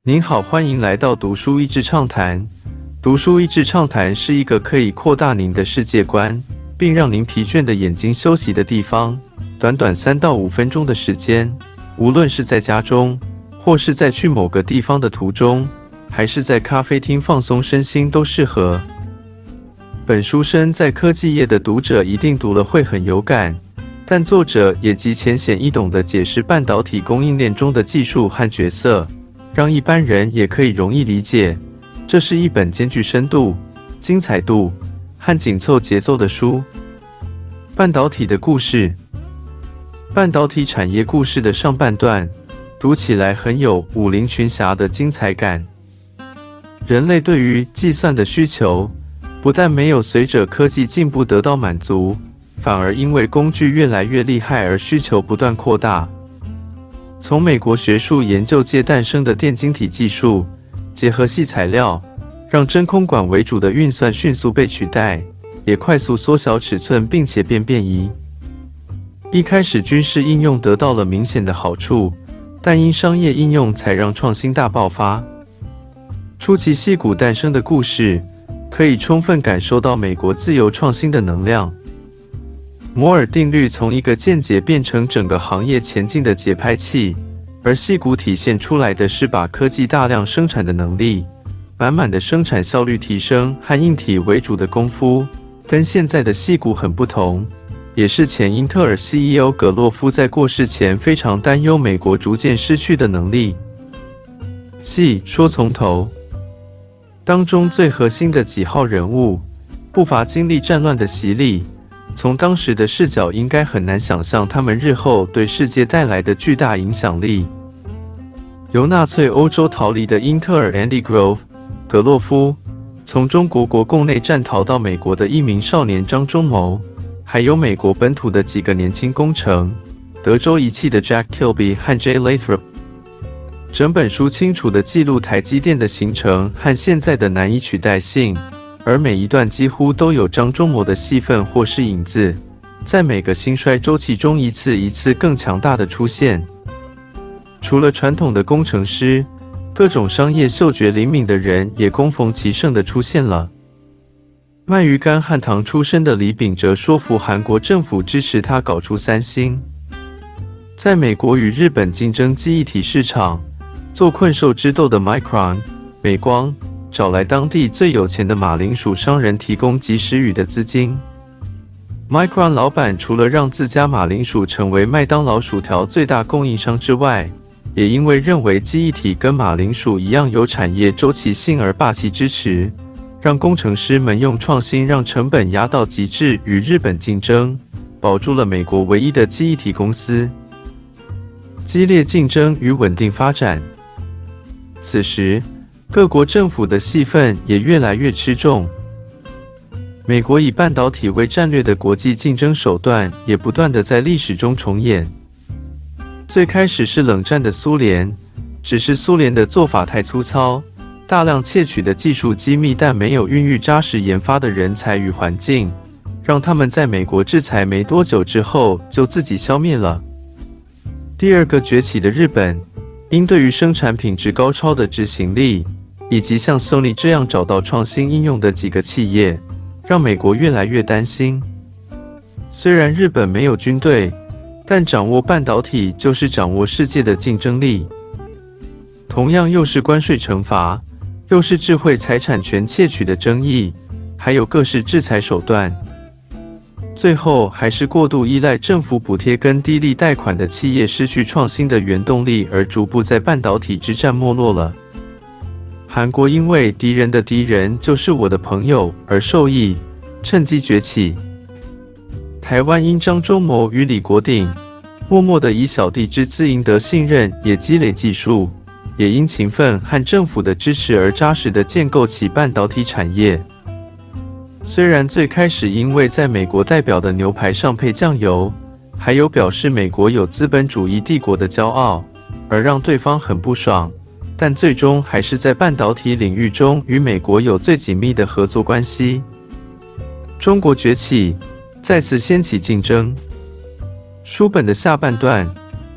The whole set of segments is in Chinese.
您好，欢迎来到读书益智畅谈。读书益智畅谈是一个可以扩大您的世界观，并让您疲倦的眼睛休息的地方。短短3到5分钟的时间，无论是在家中，或是在去某个地方的途中，还是在咖啡厅放松身心都适合。本书身在科技业的读者一定读了会很有感，但作者也极浅显易懂地解释半导体供应链中的技术和角色，让一般人也可以容易理解。这是一本兼具深度、精彩度和紧凑节奏的书。半导体的故事，半导体产业故事的上半段，读起来很有武林群侠的精彩感。人类对于计算的需求，不但没有随着科技进步得到满足，反而因为工具越来越厉害而需求不断扩大。从美国学术研究界诞生的电晶体技术，结合细材料，让真空管为主的运算迅速被取代，也快速缩小尺寸并且变便宜。一开始军事应用得到了明显的好处，但因商业应用才让创新大爆发。初期矽谷诞生的故事，可以充分感受到美国自由创新的能量。摩尔定律从一个见解变成整个行业前进的节拍器，而矽谷体现出来的是把科技大量生产的能力，满满的生产效率提升和硬体为主的功夫，跟现在的矽谷很不同，也是前英特尔 CEO 葛洛夫在过世前非常担忧美国逐渐失去的能力。矽说从头，当中最核心的几号人物，不乏经历战乱的洗礼，从当时的视角应该很难想象他们日后对世界带来的巨大影响力。由纳粹欧洲逃离的英特尔 Andy Grove 葛洛夫，从中国国共内战逃到美国的一名少年张忠谋，还有美国本土的几个年轻工程，德州仪器的 Jack Kilby 和 Jay Lathrop。整本书清楚地记录台积电的形成和现在的难以取代性，而每一段几乎都有张忠谋的戏份或是影子，在每个兴衰周期中一次一次更强大的出现。除了传统的工程师，各种商业嗅觉灵敏的人也恭逢其盛地出现了。卖鱼干和糖出身的李秉哲说服韩国政府支持他搞出三星。在美国与日本竞争记忆体市场，做困兽之斗的 Micron 美光找来当地最有钱的马铃薯商人提供及时雨的资金。Micron 老板除了让自家马铃薯成为麦当劳薯条最大供应商之外，也因为认为记忆体跟马铃薯一样有产业周期性而霸气支持，让工程师们用创新让成本压到极致，与日本竞争，保住了美国唯一的记忆体公司。激烈竞争与稳定发展。此时，各国政府的戏份也越来越吃重。美国以半导体为战略的国际竞争手段也不断地在历史中重演。最开始是冷战的苏联，只是苏联的做法太粗糙，大量窃取的技术机密，但没有孕育扎实研发的人才与环境，让他们在美国制裁没多久之后就自己消灭了。第二个崛起的日本，因对于生产品质高超的执行力，以及像 Sony 这样找到创新应用的几个企业，让美国越来越担心。虽然日本没有军队，但掌握半导体就是掌握世界的竞争力。同样又是关税惩罚，又是智慧财产权窃取的争议，还有各式制裁手段。最后还是过度依赖政府补贴跟低利贷款的企业失去创新的原动力，而逐步在半导体之战没落了。韩国因为敌人的敌人就是我的朋友而受益，趁机崛起。台湾因张忠谋与李国鼎默默地以小弟之资赢得信任，也积累技术，也因勤奋和政府的支持而扎实地建构起半导体产业。虽然最开始因为在美国代表的牛排上配酱油，还有表示美国有资本主义帝国的骄傲，而让对方很不爽，但最终还是在半导体领域中与美国有最紧密的合作关系。中国崛起，再次掀起竞争。书本的下半段，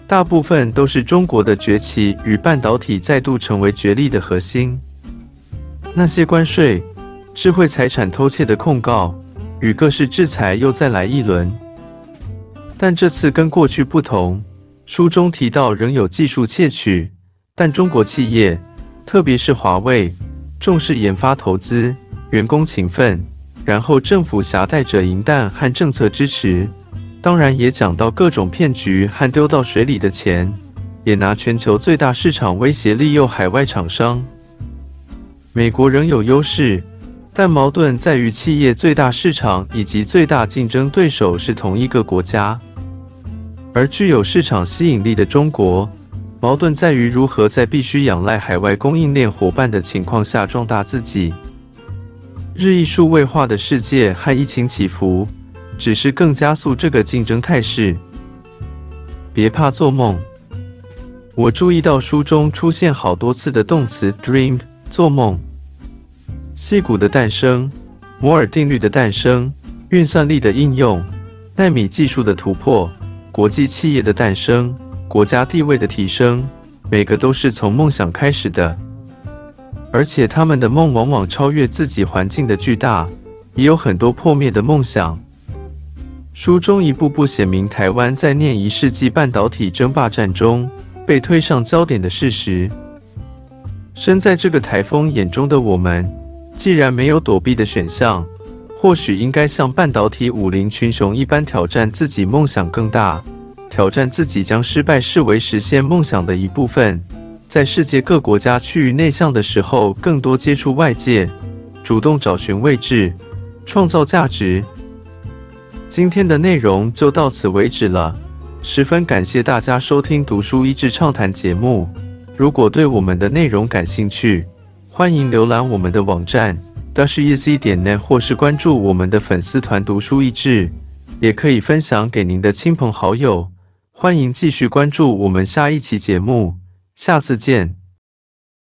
大部分都是中国的崛起与半导体再度成为角力的核心。那些关税、智慧财产偷窃的控告与各式制裁又再来一轮。但这次跟过去不同，书中提到仍有技术窃取，但中国企业，特别是华为，重视研发投资，员工勤奋，然后政府携带着银弹和政策支持，当然也讲到各种骗局和丢到水里的钱，也拿全球最大市场威胁利诱海外厂商。美国仍有优势，但矛盾在于企业最大市场以及最大竞争对手是同一个国家，而具有市场吸引力的中国，矛盾在于如何在必须仰赖海外供应链伙伴的情况下壮大自己。日益数位化的世界和疫情起伏，只是更加速这个竞争态势。别怕做梦。我注意到书中出现好多次的动词 dream 做梦。矽谷的诞生，摩尔定律的诞生，运算力的应用，奈米技术的突破，国际企业的诞生，国家地位的提升，每个都是从梦想开始的。而且他们的梦往往超越自己环境的巨大，也有很多破灭的梦想。书中一步步显明台湾在念1世纪半导体争霸战中被推上焦点的事实。身在这个台风眼中的我们，既然没有躲避的选项，或许应该像半导体武林群雄一般挑战自己梦想更大，挑战自己将失败视为实现梦想的一部分，在世界各国家趋于内向的时候更多接触外界，主动找寻位置，创造价值。今天的内容就到此为止了，十分感谢大家收听读书益智畅谈节目。如果对我们的内容感兴趣，欢迎浏览我们的网站 dashiz.net 或是关注我们的粉丝团读书益智，也可以分享给您的亲朋好友。欢迎继续关注我们下一期节目，下次见。